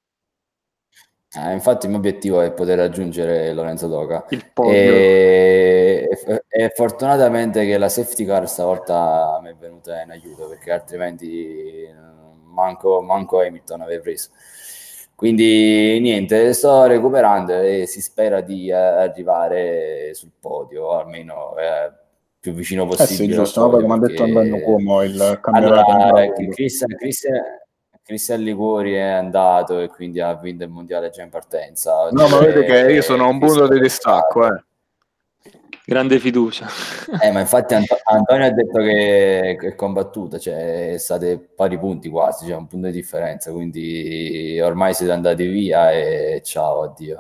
Ah, infatti il mio obiettivo è poter raggiungere Lorenzo Doca Il podio. e, e, e fortunatamente che la safety car stavolta mi è venuta in aiuto perché altrimenti manco, manco Hamilton aveva preso. Quindi niente, sto recuperando e si spera di eh, arrivare sul podio, o almeno eh, più vicino Eh sì, possibile al giusto, vabbè, podio come ha detto Antonio perché Cuomo, il campionato è ancora allora lungo. Christian, Christian, Christian Liguori è andato e quindi ha vinto il mondiale già in partenza. No, Oggi ma vedi che io è sono a un Chris punto di distacco, eh. Grande fiducia. eh, ma infatti Anto- Antonio ha detto che è combattuta, cioè state pari punti quasi, c'è un punto di differenza, quindi ormai siete andati via e ciao, addio.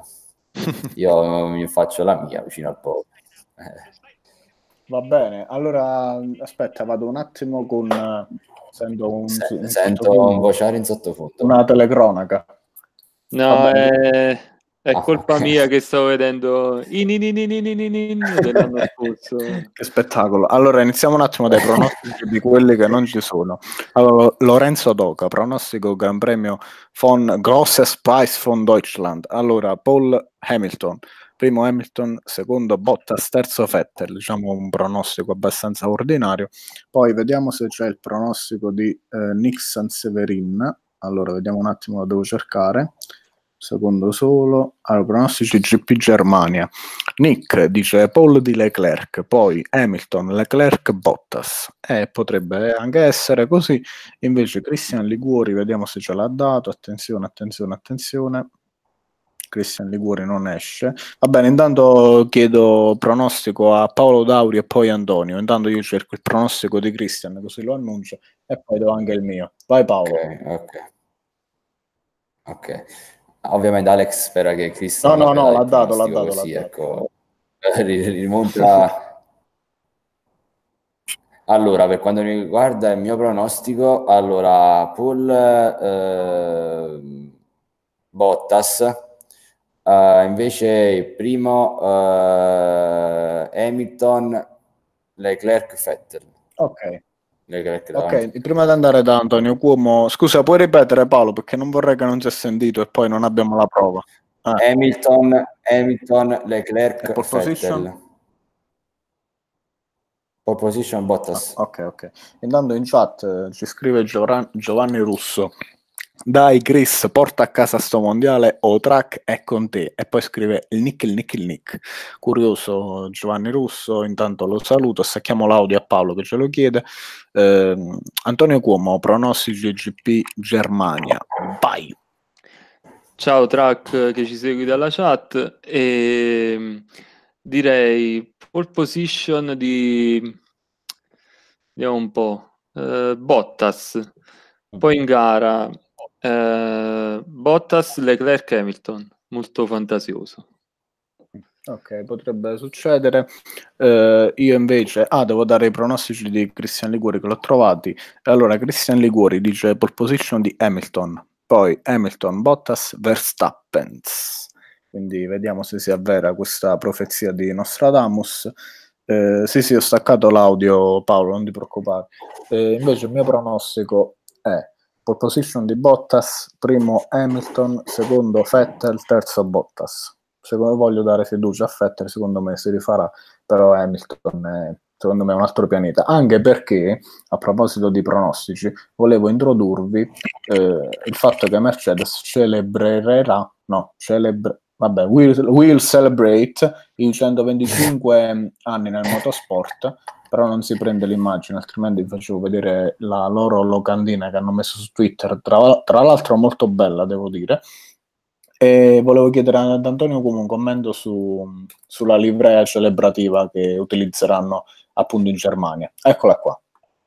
Io mi faccio la mia vicino al podio. Eh. Va bene, allora aspetta, vado un attimo con sento un, Se- un sento un sottofondo, vociare in sottofondo. una telecronaca. Va No, bene. è, è Ah, colpa ok. mia che stavo vedendo in in in in in in in in dell'anno scorso. Che spettacolo. Allora, iniziamo un attimo dai pronostici di quelli che non ci sono. Allora, Lorenzo Doca, pronostico Gran Premio von Grosses Preis von Deutschland. Allora, Paul Hamilton, primo Hamilton, secondo Bottas, terzo Vettel, diciamo un pronostico abbastanza ordinario. Poi vediamo se c'è il pronostico di eh, Nick Sanseverin. Allora, vediamo un attimo, lo devo cercare. Secondo solo. Allora, pronostici G P Germania. Nick dice Paul di Leclerc, poi Hamilton, Leclerc, Bottas. Eh, potrebbe anche essere così. Invece Christian Liguori, vediamo se ce l'ha dato. Attenzione, attenzione, attenzione. Christian Liguori non esce. Va bene, intanto chiedo pronostico a Paolo Dauri e poi Antonio. Intanto io cerco il pronostico di Christian, così lo annuncio, e poi do anche il mio. Vai Paolo. Ok, ok. Ok. Ovviamente Alex spera che Christian No, no, no, abbia l'ha il dato, l'ha pronostico dato, così, l'ha dato. ecco, rimonta. Allora, per quanto mi riguarda il mio pronostico, allora, Paul eh, Bottas, eh, invece il primo eh, Hamilton, Leclerc, Vettel. Ok. Leclerc Ok, davanti. prima di andare da Antonio Cuomo, scusa, puoi ripetere Paolo, perché non vorrei che non si è sentito e poi non abbiamo la prova. Eh. Hamilton, Hamilton, Leclerc, E pole position? Vettel. Pole position Bottas. Ah, ok, ok. Intanto in chat eh, ci scrive Giovran- Giovanni Russo. Dai Chris, porta a casa sto mondiale o track è con te. E poi scrive il nick, il nick, il nick. Curioso Giovanni Russo, intanto lo saluto, stacchiamo l'audio a Paolo che ce lo chiede. Eh, Antonio Cuomo, pronostici G P Germania. Vai! Ciao Track che ci segui dalla chat, e direi pole position di, vediamo un po', eh, Bottas, poi in gara eh, Bottas, Leclerc, Hamilton, molto fantasioso. Ok, potrebbe succedere. Eh, io invece, ah, devo dare i pronostici di Christian Liguori che l'ho trovati. Allora, Christian Liguori dice pole position di Hamilton, poi Hamilton, Bottas, Verstappen. Quindi vediamo se si avvera questa profezia di Nostradamus. Eh, sì, sì, ho staccato l'audio, Paolo, non ti preoccupare. Eh, invece il mio pronostico è pole position di Bottas, primo Hamilton, secondo Vettel, terzo Bottas. Secondo, voglio dare fiducia a Vettel, secondo me si rifarà, però Hamilton è, secondo me, un altro pianeta, anche perché, a proposito di pronostici, volevo introdurvi eh, il fatto che Mercedes celebrerà, no, celebre, vabbè, will, will celebrate i centoventicinque anni nel motorsport, però non si prende l'immagine, altrimenti vi facevo vedere la loro locandina che hanno messo su Twitter, tra, tra l'altro molto bella, devo dire. E volevo chiedere ad Antonio come un commento su, sulla livrea celebrativa che utilizzeranno appunto in Germania. Eccola qua.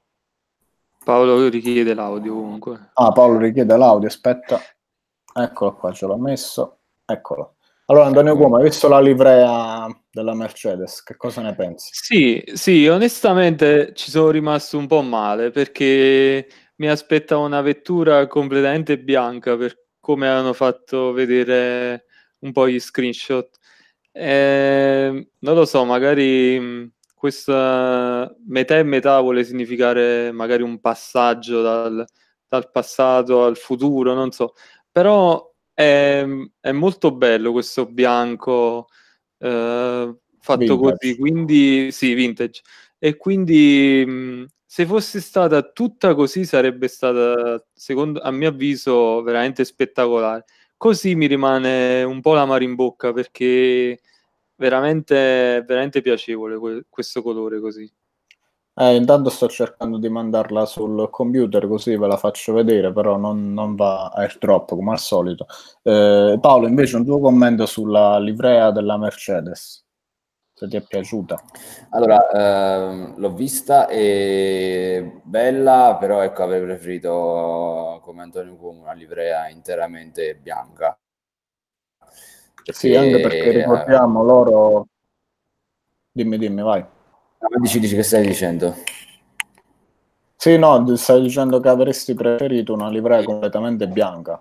Paolo richiede l'audio comunque. Ah, Paolo richiede l'audio, aspetta. Eccolo qua, ce l'ho messo. Eccolo. Allora, Antonio Cuomo, hai visto la livrea della Mercedes? Che cosa ne pensi? Sì, sì, onestamente ci sono rimasto un po' male perché mi aspettavo una vettura completamente bianca per come hanno fatto vedere un po' gli screenshot. Eh, non lo so, magari mh, questa metà e metà vuole significare magari un passaggio dal, dal passato al futuro, non so. Però è, è molto bello questo bianco eh, fatto Vintage. così, quindi sì, vintage. E quindi mh, se fosse stata tutta così sarebbe stata, secondo, a mio avviso, veramente spettacolare. Così mi rimane un po' l'amaro in bocca perché veramente, veramente piacevole que- questo colore così. Eh, intanto sto cercando di mandarla sul computer così ve la faccio vedere, però non, non va airdrop come al solito. Eh, Paolo, invece un tuo commento sulla livrea della Mercedes, se ti è piaciuta. Allora, ehm, l'ho vista e bella, però ecco, avrei preferito come Antonio Cuomo una livrea interamente bianca. Sì, anche Perché perché eh, ricordiamo loro... Dimmi, dimmi, vai. no, dici, dici che stai dicendo? Sì, no, stai dicendo che avresti preferito una livrea completamente bianca.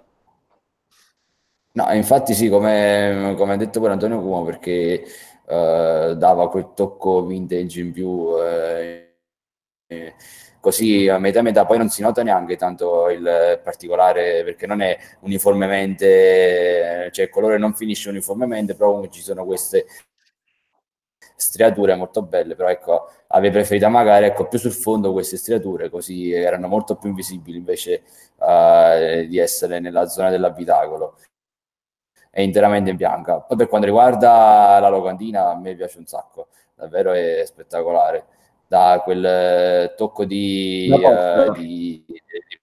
No, infatti sì, come, come ha detto pure Antonio Cuomo, perché eh, dava quel tocco vintage in più, eh, eh, così a metà metà, poi non si nota neanche tanto il particolare, perché non è uniformemente, cioè il colore non finisce uniformemente, però comunque ci sono queste striature molto belle, però ecco, avrei preferito magari ecco, più sul fondo queste striature, così erano molto più invisibili invece uh, di essere nella zona dell'abitacolo. È interamente bianca. Poi per quanto riguarda la locandina, a me piace un sacco, davvero è spettacolare, da quel tocco di, uh, di, di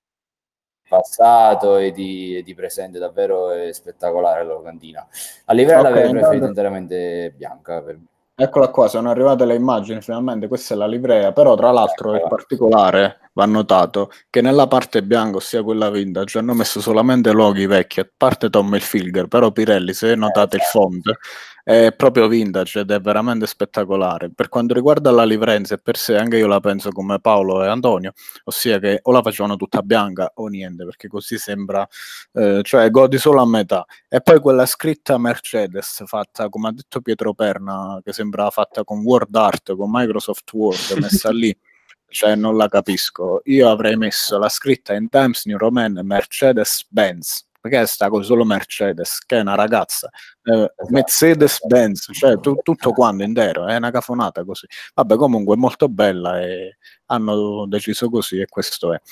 passato e di, di presente, davvero è spettacolare la locandina. A livello okay, l'avrei preferita interamente bianca per me. Eccola qua, sono arrivate le immagini finalmente, questa è la livrea, però tra l'altro il particolare va notato che nella parte bianca, ossia quella vintage, hanno messo solamente loghi vecchi, a parte Tommy Hilfiger, però Pirelli, se notate il font, è proprio vintage ed è veramente spettacolare. Per quanto riguarda la livrea in sé per sé, anche io la penso come Paolo e Antonio, ossia che o la facevano tutta bianca o niente, perché così sembra, eh, cioè godi solo a metà. E poi quella scritta Mercedes, fatta, come ha detto Pietro Perna, che sembrava fatta con Word Art, con Microsoft Word, messa lì, cioè non la capisco. Io avrei messo la scritta in Times New Roman Mercedes-Benz, perché sta con solo Mercedes, che è una ragazza, eh, Mercedes-Benz, cioè tu, tutto quanto intero, è una cafonata così. Vabbè, comunque è molto bella e hanno deciso così e questo è.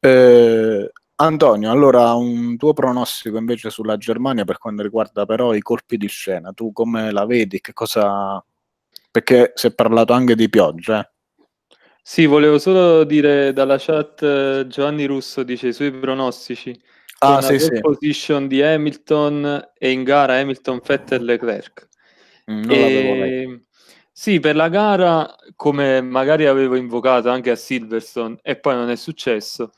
Eh, Antonio, allora un tuo pronostico invece sulla Germania per quanto riguarda però i colpi di scena, tu come la vedi? Che cosa... Perché si è parlato anche di pioggia. Eh? Sì, volevo solo dire dalla chat eh, Giovanni Russo dice i suoi pronostici ah, con sì, la sì. position di Hamilton e in gara Hamilton, Vettel, Leclerc. Mm, non l'avevo e... Sì, per la gara, come magari avevo invocato anche a Silverstone e poi non è successo,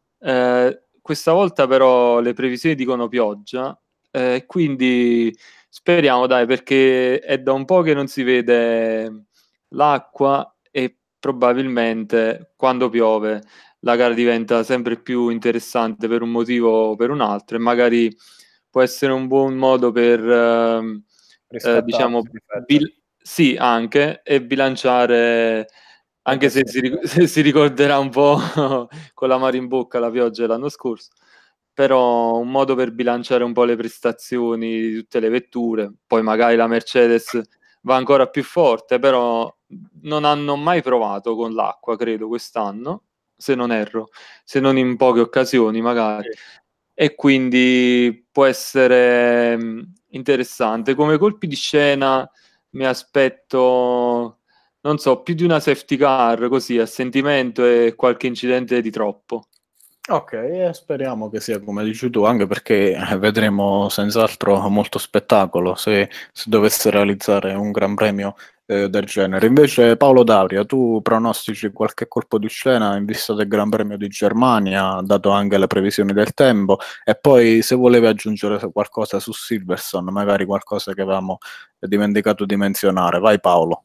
eh, questa volta però le previsioni dicono pioggia, eh, quindi speriamo dai, perché è da un po' che non si vede l'acqua e probabilmente quando piove la gara diventa sempre più interessante per un motivo o per un altro e magari può essere un buon modo per eh, eh, diciamo bil- sì anche e bilanciare anche se si, ric- se si ricorderà un po' con la mare in bocca la pioggia dell'anno scorso, però un modo per bilanciare un po' le prestazioni di tutte le vetture. Poi magari la Mercedes va ancora più forte, però non hanno mai provato con l'acqua, credo, quest'anno, se non erro, se non in poche occasioni magari. Sì. E quindi può essere mh, interessante. Come colpi di scena mi aspetto, non so, più di una safety car, così, a sentimento e qualche incidente di troppo. Ok, e speriamo che sia come dici tu, anche perché vedremo senz'altro molto spettacolo se si dovesse realizzare un gran premio eh, del genere. Invece Paolo D'Auria, tu pronostici qualche colpo di scena in vista del Gran Premio di Germania, dato anche le previsioni del tempo, e poi se volevi aggiungere qualcosa su Silverstone, magari qualcosa che avevamo dimenticato di menzionare. Vai Paolo.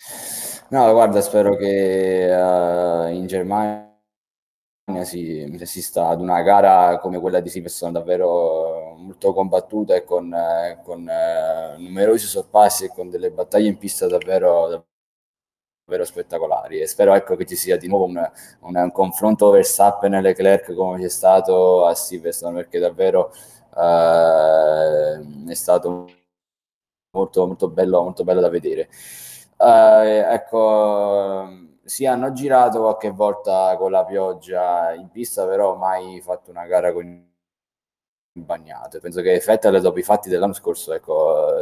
No, guarda, spero che uh, in Germania si, si assista ad una gara come quella di Silverstone davvero molto combattuta e con, eh, con eh, numerosi sorpassi e con delle battaglie in pista davvero, davvero spettacolari, e spero ecco che ci sia di nuovo un, un, un confronto Verstappen e Leclerc come c'è stato a Silverstone, perché davvero eh, è stato molto, molto bello, molto bello da vedere. Uh, ecco, sì, hanno girato qualche volta con la pioggia in pista, però mai fatto una gara con bagnate. Penso che Vettel, dopo i fatti dell'anno scorso, ecco,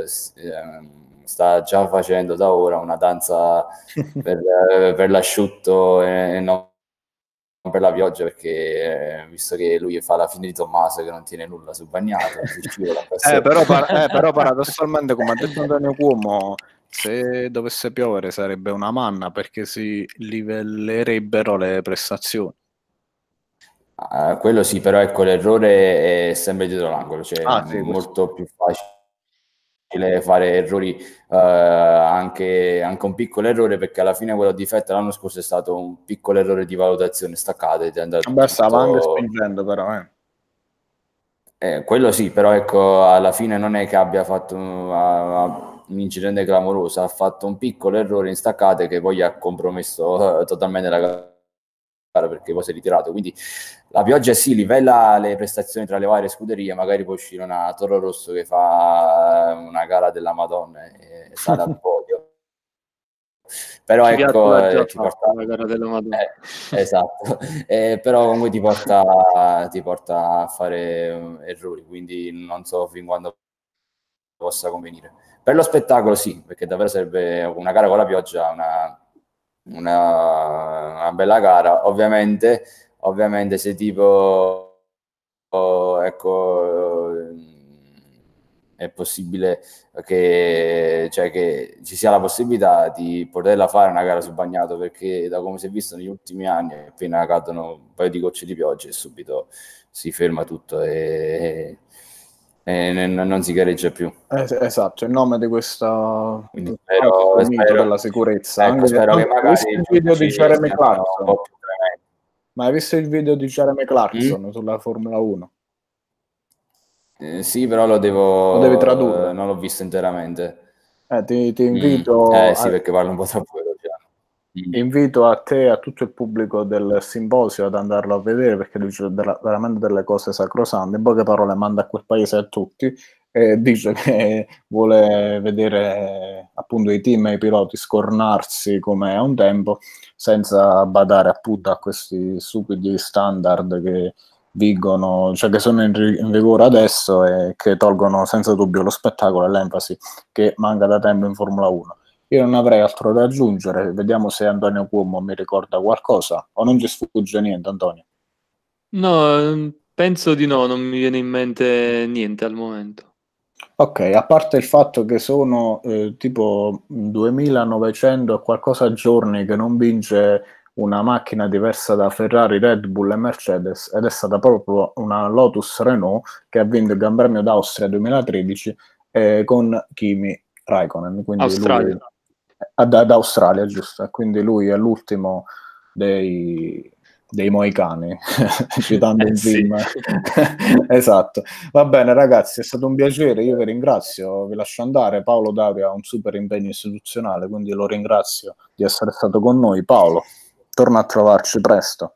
sta già facendo da ora una danza per, per l'asciutto e non per la pioggia, perché eh, visto che lui fa la fine di Tommaso che non tiene nulla sul bagnato, eh, però, par- eh, però paradossalmente, come ha detto Antonio Cuomo, se dovesse piovere sarebbe una manna perché si livellerebbero le prestazioni. Uh, quello sì, però ecco, l'errore è sempre dietro l'angolo, cioè ah, sì, è molto più facile fare errori, uh, anche, anche un piccolo errore, perché alla fine quello di Vettel l'anno scorso è stato un piccolo errore di valutazione staccata ed è andato Beh, tutto... stava anche spingendo però, eh. Eh, quello sì, però ecco, alla fine non è che abbia fatto un, un incidente clamoroso, ha fatto un piccolo errore in staccate che poi ha compromesso uh, totalmente la perché poi si è ritirato, quindi la pioggia sì livella le prestazioni tra le varie scuderie, magari può uscire una Toro Rosso che fa una gara della Madonna e sale al podio, però Ci ecco l'ha già eh, ti fatta porta la gara della Madonna. eh, esatto, eh, però comunque ti porta, ti porta a fare um, errori, quindi non so fin quando possa convenire. Per lo spettacolo sì, perché davvero sarebbe una gara con la pioggia, una, una, una bella gara. Ovviamente, ovviamente se tipo, oh, ecco, è possibile che, cioè, che ci sia la possibilità di poterla fare una gara sul bagnato, perché da come si è visto negli ultimi anni, appena cadono un paio di gocce di pioggia e subito si ferma tutto e, e non si gareggia più. Es- esatto, in nome di questa Quindi falso spero, mito spero, della sicurezza. ecco, Anche, spero che anche- hai visto magari il i video di giudici Jeremy siano un Clarkson? po' più tremendi. Ma hai visto il video di Jeremy Mm? Clarkson sulla Formula uno? Eh, sì, però lo Lo devi devo, tradurre. eh, non l'ho visto interamente. Eh, ti, ti Mm, invito eh a, sì, perché parlo un po' troppo veloce. Mm. invito a te e a tutto il pubblico del simposio ad andarlo a vedere, perché dice della- veramente delle cose sacrosante. In poche parole, manda a quel paese a tutti e dice che vuole vedere appunto i team e i piloti scornarsi come a un tempo, senza badare appunto a questi stupidi standard che vigono, cioè che sono in, ri- in vigore adesso e che tolgono senza dubbio lo spettacolo e l'enfasi che manca da tempo in Formula uno. Io non avrei altro da aggiungere, vediamo se Antonio Cuomo mi ricorda qualcosa o non ci sfugge niente, Antonio. No, penso di no, non mi viene in mente niente al momento. Ok, a parte il fatto che sono eh, tipo duemilanovecento e qualcosa giorni che non vince una macchina diversa da Ferrari, Red Bull e Mercedes, ed è stata proprio una Lotus Renault che ha vinto il Gran Premio d'Austria duemilatredici eh, con Kimi Raikkonen, quindi lui Australia. ad, ad Australia, giusto? E quindi lui è l'ultimo dei, dei Moicani, citando Eh un sì. film. Esatto. Va bene, ragazzi, è stato un piacere. Io vi ringrazio, vi lascio andare. Paolo Dario ha un super impegno istituzionale, quindi lo ringrazio di essere stato con noi. Paolo, torna a trovarci presto.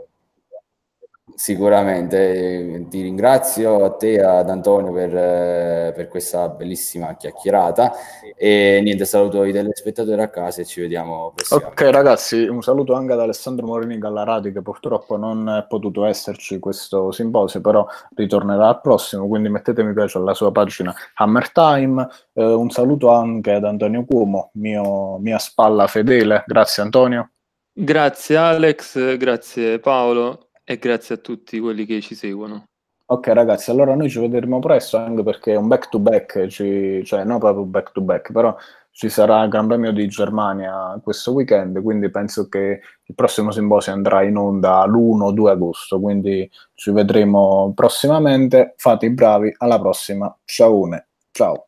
Sicuramente, eh, ti ringrazio a te e ad Antonio per, eh, per questa bellissima chiacchierata e niente, saluto i telespettatori a casa e ci vediamo Ok, prossimamente. ragazzi, un saluto anche ad Alessandro Morini Gallarati, che purtroppo non è potuto esserci questo simposio, però ritornerà al prossimo, quindi mettete mi piace alla sua pagina Hammer Time. Eh, un saluto anche ad Antonio Cuomo, mio, mia spalla fedele. Grazie Antonio. Grazie Alex, grazie Paolo e grazie a tutti quelli che ci seguono. Ok ragazzi, allora noi ci vedremo presto, anche perché è un back to back, ci, cioè non proprio back to back, però ci sarà il Gran Premio di Germania questo weekend, quindi penso che il prossimo simposio andrà in onda l'primo due agosto, quindi ci vedremo prossimamente. Fate i bravi, alla prossima, ciao. Ciao.